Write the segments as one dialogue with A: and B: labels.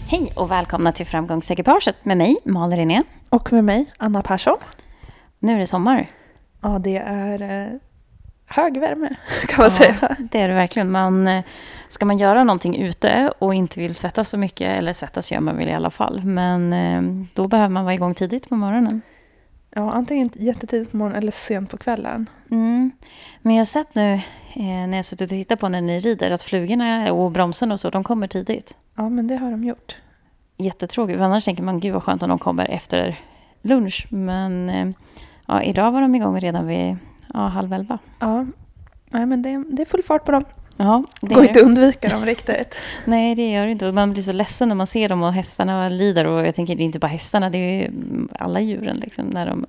A: Hej och välkomna till Framgångsekipaget med mig, Malin René.
B: Och med mig, Anna Persson.
A: Nu är det sommar.
B: Ja, det är hög värme kan man säga.
A: Det är det verkligen. Ska man göra någonting ute och inte vill svettas så mycket, eller svettas gör man väl i alla fall, men då behöver man vara igång tidigt på morgonen.
B: Ja, antingen jättetidigt på morgonen eller sent på kvällen.
A: Men jag har sett nu när jag suttit och tittat på när ni rider att flugorna och bromsen och så, de kommer tidigt.
B: Ja, men det har de gjort.
A: Jättetråkigt, för annars tänker man gud vad skönt om de kommer efter lunch. Men idag var de igång redan vid 10:30.
B: Ja, nej, men det är full fart på dem.
A: Ja,
B: det går inte att undvika dem riktigt.
A: Nej, det gör det inte. Man blir så ledsen när man ser dem och hästarna lider. Och jag tänker, det är inte bara hästarna, det är ju alla djuren liksom, när de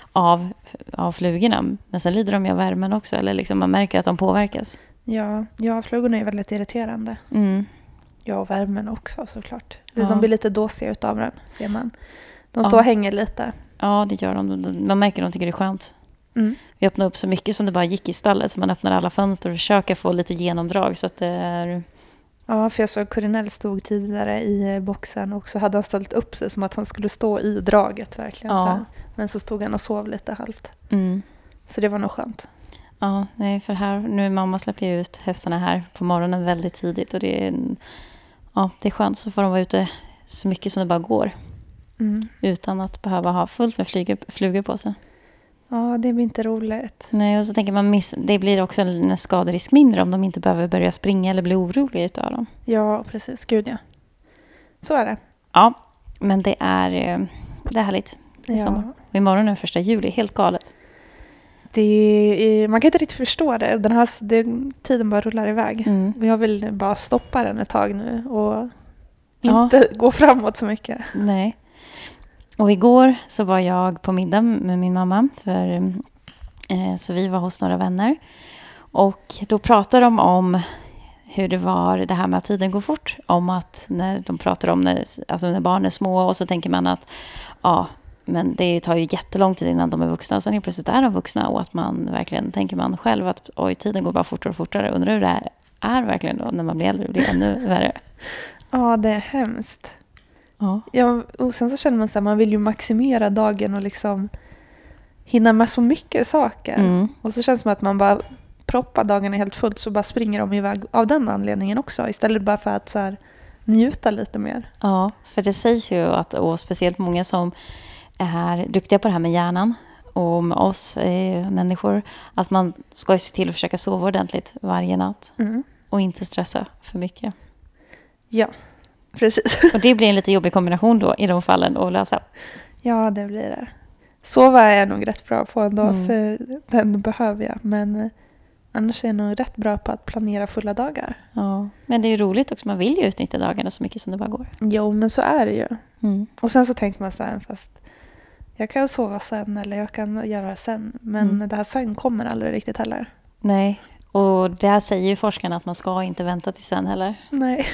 A: av flugorna. Men sen lider de ju av värmen också. Eller liksom man märker att de påverkas.
B: Ja, flugorna är väldigt irriterande. Ja, och värmen också såklart.
A: Ja.
B: De blir lite dåsiga utav den, ser man. De står och hänger lite.
A: Ja, det gör de. Man märker att de tycker det är skönt. Vi öppnade upp så mycket som det bara gick i stallet. Så man öppnade alla fönster och försöker få lite genomdrag. Så att det är...
B: Ja, för jag såg Corinell stod tidigare i boxen och så hade han ställt upp sig som att han skulle stå i draget verkligen.
A: Ja.
B: Så här. Men så stod han och sov lite halvt. Så det var nog skönt.
A: Ja, nej, för här, nu mamma släpper ju ut hästarna här på morgonen väldigt tidigt. Och det är skönt, så får de vara ute så mycket som det bara går. Utan att behöva ha fullt med flugor på sig.
B: Ja, det blir inte roligt.
A: Nej, och så tänker man det blir också en skaderisk mindre om de inte behöver börja springa eller bli oroliga utav dem.
B: Ja, precis. Gud, ja. Så är det.
A: Ja, men det är härligt.
B: Ja.
A: Och imorgon är 1 juli, helt galet.
B: Man kan inte riktigt förstå det. Tiden bara rullar iväg. Jag vill bara stoppa den ett tag nu och inte gå framåt så mycket.
A: Nej. Och igår så var jag på middag med min mamma. Så vi var hos några vänner. Och då pratade de om hur det var, det här med att tiden går fort. Om att när de pratar om när barn är små och så tänker man att men det tar ju jättelång tid innan de är vuxna. Och sen plötsligt är de vuxna och att man verkligen tänker man själv att tiden går bara fortare och fortare. Undrar hur det är verkligen då när man blir äldre och blir ännu värre.
B: Ja, det är hemskt. Ja, och sen så känner man så här, man vill ju maximera dagen och liksom hinna med så mycket saker. Och så känns det som att man bara proppar dagarna helt fullt så bara springer de iväg av den anledningen också. Istället bara för att så här, njuta lite mer.
A: Ja, för det sägs ju att, och speciellt många som är duktiga på det här med hjärnan och med oss människor, att man ska se till att försöka sova ordentligt varje natt. Och inte stressa för mycket.
B: Ja, precis.
A: Och det blir en lite jobbig kombination då i de fallen att lösa.
B: Ja, det blir det. Sova är jag nog rätt bra på ändå, för den behöver jag. Men annars är jag nog rätt bra på att planera fulla dagar.
A: Ja, men det är ju roligt också. Man vill ju utnyttja dagarna så mycket som det bara går.
B: Jo, men så är det ju. Och sen så tänker man så här, fast jag kan sova sen eller jag kan göra det sen. Men det här sen kommer aldrig riktigt heller.
A: Nej, och där säger ju forskarna att man ska inte vänta till sen heller.
B: Nej.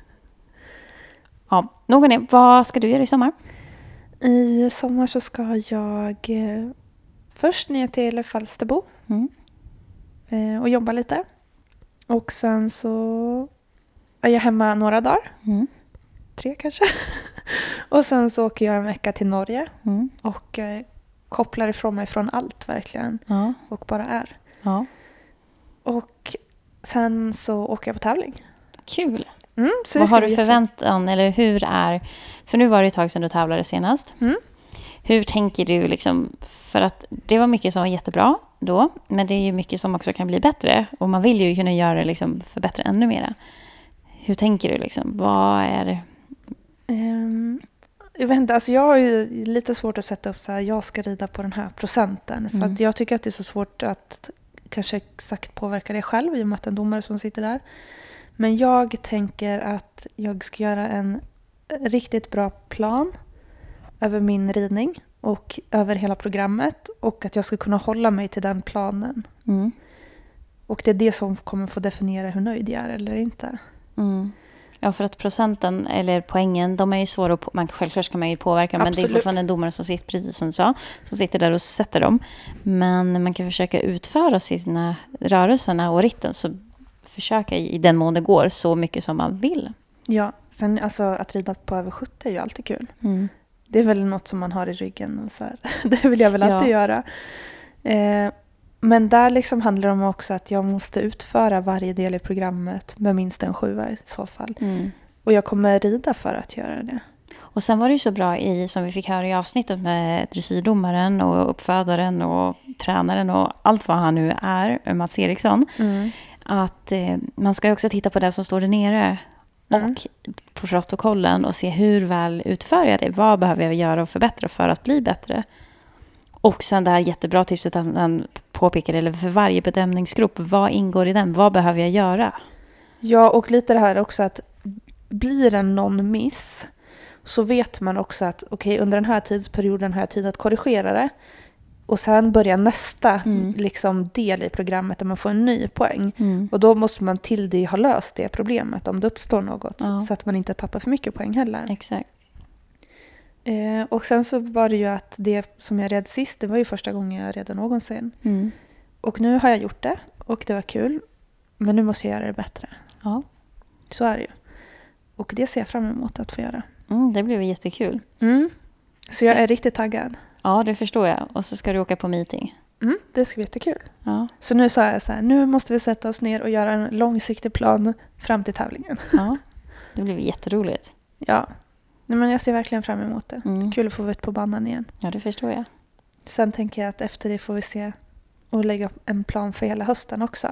A: Ja, vad ska du göra i sommar?
B: I sommar så ska jag först ner till Falsterbo och jobba lite. Och sen så är jag hemma några dagar. 3 kanske. Och sen så åker jag en vecka till Norge och kopplar ifrån mig från allt verkligen. Och bara är.
A: Ja.
B: Och sen så åker jag på tävling.
A: Kul!
B: Så
A: vad har du förväntan, eller hur är... För nu var det ett tag sedan du tävlade senast. Hur tänker du liksom... För att det var mycket som var jättebra då. Men det är ju mycket som också kan bli bättre. Och man vill ju kunna göra det liksom förbättra ännu mera. Hur tänker du liksom? Vad är det?
B: Jag vet inte, alltså jag har ju lite svårt att sätta upp så här, jag ska rida på den här procenten. För att jag tycker att det är så svårt att kanske exakt påverka det själv i och med att en domare som sitter där. Men jag tänker att jag ska göra en riktigt bra plan över min ridning och över hela programmet. Och att jag ska kunna hålla mig till den planen. Och det är det som kommer få definiera hur nöjd jag är eller inte.
A: Ja, för att procenten eller poängen, de är ju svåra att självklart ska man ju påverka.
B: Absolut.
A: Men det är fortfarande en domare som sitter, precis som du sa, som sitter där och sätter dem. Men man kan försöka utföra sina rörelserna och ritten, så försöka i den mån det går så mycket som man vill.
B: Ja, sen alltså att rida på över 70 är ju alltid kul.
A: Mm.
B: Det är väl något som man har i ryggen. Och så här. Det vill jag väl alltid göra. Men där liksom handlar det om också att jag måste utföra varje del i programmet med minst en 7 i så fall.
A: Mm.
B: Och jag kommer rida för att göra det.
A: Och sen var det ju så bra som vi fick höra i avsnittet med dressyrdomaren och uppfödaren och tränaren och allt vad han nu är, Mats Eriksson.
B: Mm.
A: Att man ska ju också titta på det som står där nere och på protokollen och se hur väl utför jag det. Vad behöver jag göra och förbättra för att bli bättre? Och sen det här jättebra tipset att han påpekar, eller för varje bedömningsgrupp, vad ingår i den? Vad behöver jag göra?
B: Ja, och lite det här också att blir det någon miss så vet man också att okej, under den här tidsperioden har jag tid att korrigera det. Och sen börjar nästa liksom, del i programmet där man får en ny poäng. Mm. Och då måste man till det ha löst det problemet om det uppstår något. Ja. Så att man inte tappar för mycket poäng heller.
A: Exakt.
B: Och sen så var det ju att det som jag red sist, det var ju första gången jag red någonsin. Mm. Och nu har jag gjort det och det var kul. Men nu måste jag göra det bättre.
A: Ja.
B: Så är det ju. Och det ser jag fram emot att få göra.
A: Det blir jättekul.
B: Så jag är riktigt taggad.
A: Ja, det förstår jag. Och så ska du åka på meeting.
B: Det ska bli jättekul.
A: Ja.
B: Så nu sa jag så här, nu måste vi sätta oss ner och göra en långsiktig plan fram till tävlingen.
A: Ja, det blir jätteroligt.
B: Ja, men jag ser verkligen fram emot det. Kul att få ut på banan igen.
A: Ja, det förstår jag.
B: Sen tänker jag att efter det får vi se och lägga en plan för hela hösten också.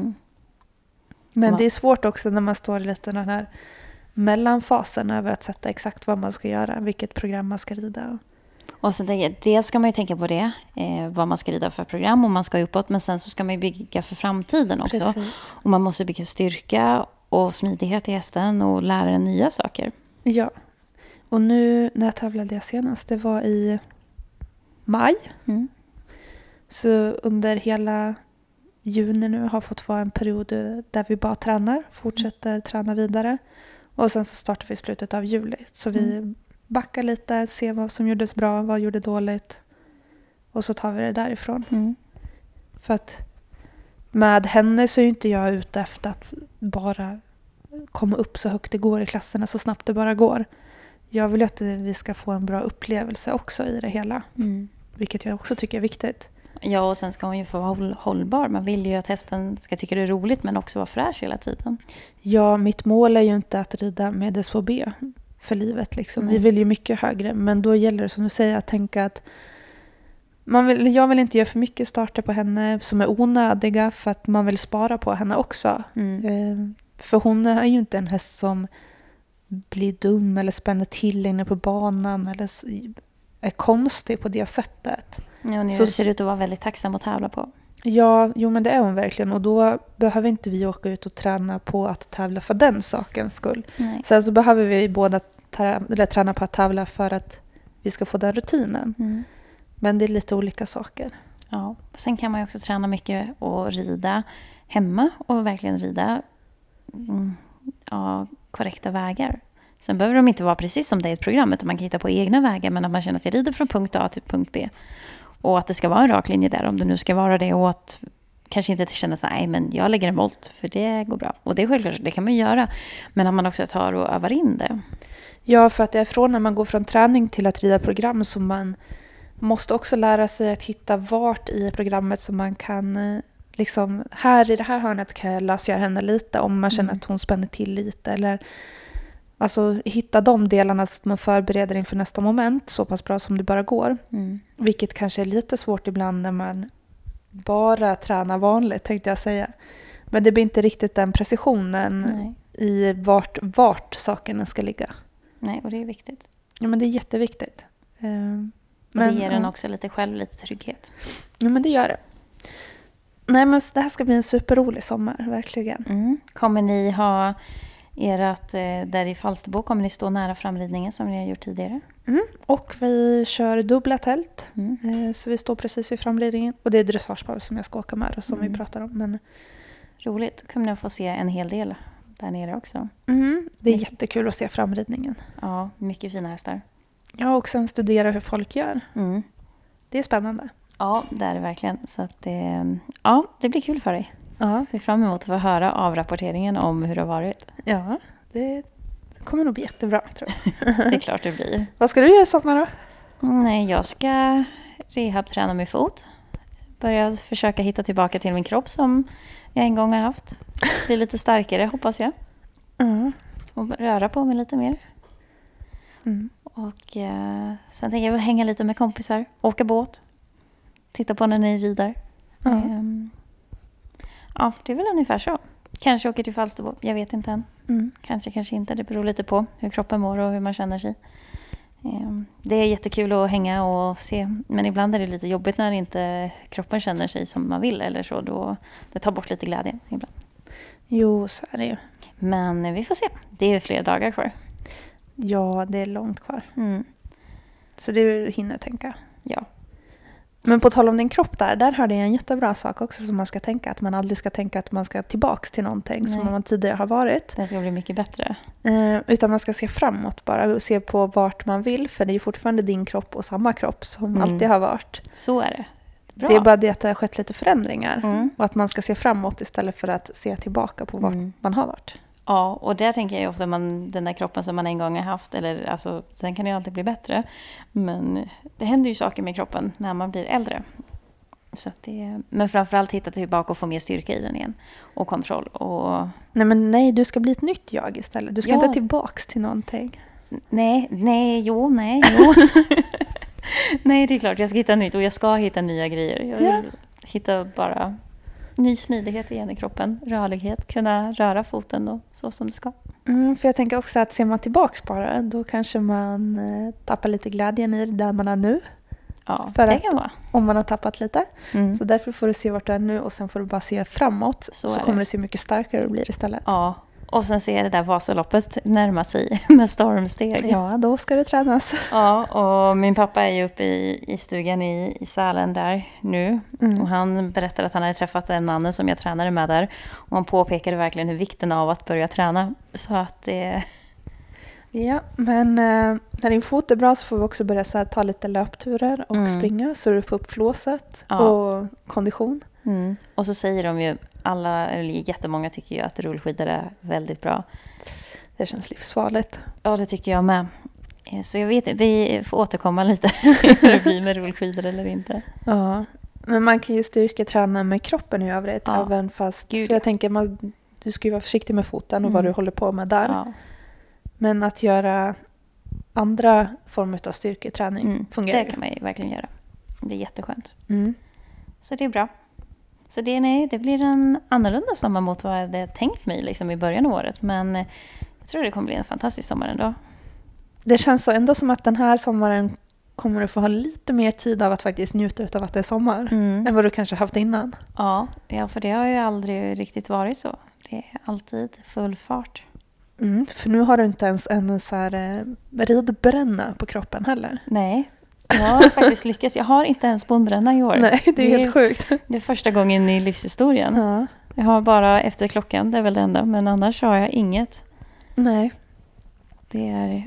B: Men det är svårt också när man står lite i den här mellanfasen över att sätta exakt vad man ska göra, vilket program man ska rida.
A: Och sen tänker jag, dels ska man ju tänka på det, vad man ska rida för program och man ska uppåt, men sen så ska man ju bygga för framtiden också. Precis. Och man måste bygga styrka och smidighet i hästen och lära den nya saker. Ja,
B: och nu när jag tävlade senast, det var i maj. Så under hela juni nu har fått vara en period där vi bara tränar, fortsätter träna vidare. Och sen så startar vi i slutet av juli. Så vi backar lite, ser vad som gjordes bra, vad gjorde dåligt. Och så tar vi det därifrån. För att med henne så är inte jag ute efter att bara komma upp så högt det går i klasserna så snabbt det bara går. Jag vill att vi ska få en bra upplevelse också i det hela. Vilket jag också tycker är viktigt.
A: Ja, och sen ska hon ju få vara hållbar. Man vill ju att hästen ska tycka det är roligt men också vara fräsch hela tiden.
B: Ja, mitt mål är ju inte att rida med SVB för livet. Liksom. Vi vill ju mycket högre. Men då gäller det som du säger att tänka att jag vill inte göra för mycket starter på henne som är onödiga för att man vill spara på henne också. För hon är ju inte en häst som blir dum eller spänner till inne på banan eller är konstig på det sättet.
A: Ja, ni ser ut att vara väldigt tacksam att tävla på.
B: Ja, men det är hon verkligen. Och då behöver inte vi åka ut och träna på att tävla för den sakens skull. Nej. Sen så behöver vi båda träna på att tävla för att vi ska få den rutinen. Men det är lite olika saker.
A: Ja, sen kan man ju också träna mycket och rida hemma och verkligen rida korrekta vägar. Sen behöver de inte vara precis som det är i programmet utan man kan hitta på egna vägar men att man känner att jag rider från punkt A till punkt B. Och att det ska vara en rak linje där om det nu ska vara det och att kanske inte känna så nej men jag lägger en volt för det går bra. Och det är självklart, det kan man göra. Men att man också tar och övar in det.
B: Ja, för att det är från när man går från träning till att rida program som man måste också lära sig att hitta vart i programmet som man kan liksom, här i det här hörnet kan jag lösgöra henne lite om man känner att hon spänner till lite eller alltså hitta de delarna så att man förbereder inför nästa moment så pass bra som det bara går. Vilket kanske är lite svårt ibland när man bara tränar vanligt tänkte jag säga. Men det blir inte riktigt den precisionen i vart sakerna ska ligga.
A: Nej, och det är viktigt.
B: Ja, men det är jätteviktigt.
A: Och det ger en också lite trygghet.
B: Ja, men det gör det. Nej, men det här ska bli en superrolig sommar, verkligen.
A: Kommer ni ha där i Falsterbo, kommer ni stå nära framridningen som ni har gjort tidigare?
B: Och vi kör dubbla tält. Så vi står precis vid framridningen. Och det är dressagepar som jag ska åka med och som vi pratar om. Men...
A: Roligt, då kommer ni få se en hel del där nere också.
B: Det är jättekul att se framridningen.
A: Ja, mycket fina hästar.
B: Ja, och sen studera hur folk gör. Det är spännande.
A: Ja, det är det verkligen. Så att det blir kul för dig.
B: Ja.
A: Ser fram emot att få höra avrapporteringen om hur det har varit.
B: Ja, det kommer nog bli jättebra, tror jag.
A: Det är klart det blir.
B: Vad ska du göra i sommar då?
A: Nej, jag ska rehabträna min fot. Börja försöka hitta tillbaka till min kropp som jag en gång har haft. Bli lite starkare, hoppas jag. Och röra på mig lite mer. Och sen tänker jag hänga lite med kompisar. Åka båt. Titta på när ni rider. Ja, det är väl ungefär så. Kanske åker till Falsterbo. Jag vet inte än. Kanske inte. Det beror lite på hur kroppen mår och hur man känner sig. Det är jättekul att hänga och se. Men ibland är det lite jobbigt när inte kroppen känner sig som man vill. Eller så. Det tar bort lite glädje ibland.
B: Jo, så är det ju.
A: Men vi får se. Det är flera dagar kvar.
B: Ja, det är långt kvar. Så det hinner tänka.
A: Ja.
B: Men på tal om din kropp där hörde jag en jättebra sak också som man ska tänka. Att man aldrig ska tänka att man ska tillbaks till någonting som man tidigare har varit.
A: Det ska bli mycket bättre.
B: Utan man ska se framåt bara och se på vart man vill. För det är ju fortfarande din kropp och samma kropp som alltid har varit.
A: Så är det. Bra.
B: Det är bara det att det har skett lite förändringar. Och att man ska se framåt istället för att se tillbaka på vart man har varit.
A: Ja, och där tänker jag ofta den där kroppen som man en gång har haft. Eller, alltså, sen kan det ju alltid bli bättre. Men det händer ju saker med kroppen när man blir äldre. Så att men framförallt hitta tillbaka och få mer styrka i den igen. Och kontroll. Och...
B: Nej, du ska bli ett nytt jag istället. Du ska inte tillbaks till någonting.
A: Nej. Nej, det är klart. Jag ska hitta nytt och jag ska hitta nya grejer. Jag vill hitta bara ny smidighet igen i kroppen. Rörlighet. Kunna röra foten och så som det ska.
B: För jag tänker också att ser man tillbaks bara, då kanske man tappar lite glädjen i det där man är nu.
A: Ja,
B: för
A: det
B: att,
A: kan vara.
B: Om man har tappat lite. Så därför får du se vart du är nu och sen får du bara se framåt. Så kommer du se mycket starkare du blir istället.
A: Ja, och sen ser det där Vasaloppet närma sig med stormsteg.
B: Ja, då ska det tränas.
A: Ja, och min pappa är ju uppe i stugan i Sälen där nu. Och han berättade att han hade träffat en man som jag tränade med där. Och han påpekade verkligen hur vikten av att börja träna. Så att det...
B: Ja, men när din fot är bra så får vi också börja så här, ta lite löpturer och springa. Så du får upp flåset och kondition.
A: Och så säger de ju, eller jättemånga tycker ju att rullskidor är väldigt bra.
B: Det känns livsfarligt.
A: Ja, det tycker jag med. Så jag vet, vi får återkomma lite hur det blir med rullskidor eller inte.
B: Ja, men man kan ju styrketräna med kroppen i övrigt. Även fast, för jag tänker, du ska ju vara försiktig med foten och vad du håller på med där. Ja. Men att göra andra former av styrketräning fungerar.
A: Det kan man ju verkligen göra. Det är jätteskönt. Så det är bra. Så det blir en annorlunda sommar mot vad jag hade tänkt mig liksom i början av året. Men jag tror det kommer bli en fantastisk sommar ändå.
B: Det känns så ändå som att den här sommaren kommer du få ha lite mer tid av att faktiskt njuta av att det är sommar. Än vad du kanske haft innan.
A: Ja, för det har ju aldrig riktigt varit så. Det är alltid full fart.
B: För nu har du inte ens en så här ridbränna på kroppen heller.
A: Nej, jag har faktiskt lyckats. Jag har inte ens bondbränna i år.
B: Nej, det är helt sjukt.
A: Det är första gången i livshistorien.
B: Ja.
A: Jag har bara efter klockan, det är väl det enda. Men annars har jag inget.
B: Nej.
A: Det är,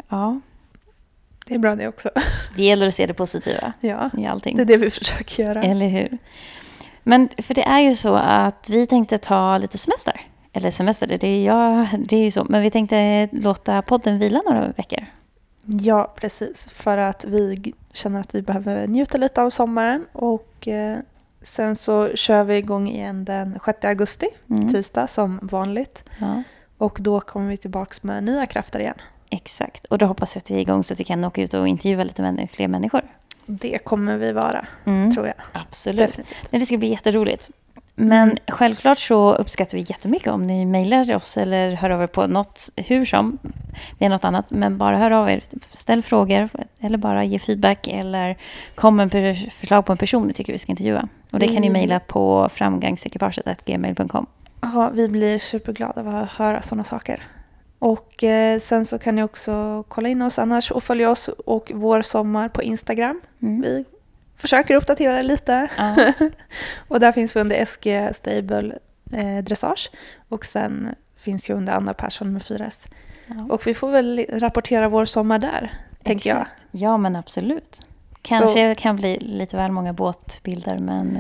B: Det är bra det också.
A: Det gäller att se det positiva i allting.
B: Det är det vi försöker göra.
A: Eller hur? Men för det är ju så att vi tänkte ta lite semester. Eller semester, det är ju så. Men vi tänkte låta podden vila några veckor.
B: Ja, precis. För att vi känner att vi behöver njuta lite av sommaren. Och sen så kör vi igång igen den 6 augusti, tisdag som vanligt. Ja. Och då kommer vi tillbaka med nya krafter igen.
A: Exakt. Och då hoppas vi att vi är igång så att vi kan åka ut och intervjua lite fler människor.
B: Det kommer vi vara, tror jag.
A: Absolut. Definitivt. Det ska bli jätteroligt. Men självklart så uppskattar vi jättemycket om ni mejlar oss eller hör av er på något, hur som, det är något annat. Men bara hör av er, ställ frågor eller bara ge feedback eller kom med förslag på en person ni tycker vi ska intervjua. Och det kan ni mejla på framgångsekipaget@gmail.com.
B: Ja, vi blir superglada av att höra sådana saker. Och sen så kan ni också kolla in oss annars och följa oss och vår sommar på Instagram. Vi försöker uppdatera det lite. Och där finns vi under SG Stable Dressage. Och sen finns jag under Anna Persson med 4S. Och vi får väl rapportera vår sommar där, tänker jag.
A: Ja, men absolut. Kanske kan bli lite väl många båtbilder, men...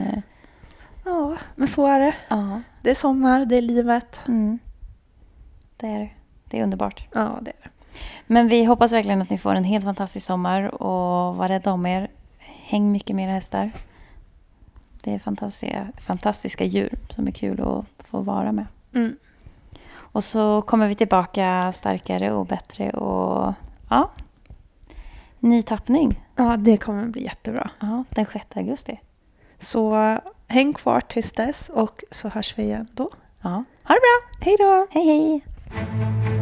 B: Ja, men så är det.
A: Ja.
B: Det är sommar, det är livet.
A: Det är underbart.
B: Ja, det är det.
A: Men vi hoppas verkligen att ni får en helt fantastisk sommar och var rädda om er. Häng mycket med hästar. Det är fantastiska djur som är kul att få vara med.
B: Mm.
A: Och så kommer vi tillbaka starkare och bättre och ja, ny tappning.
B: Ja, det kommer bli jättebra.
A: Ja, den 6 augusti.
B: Så häng kvar tills dess och så hörs vi igen då.
A: Ja, ha det bra!
B: Hej då!
A: Hej hej!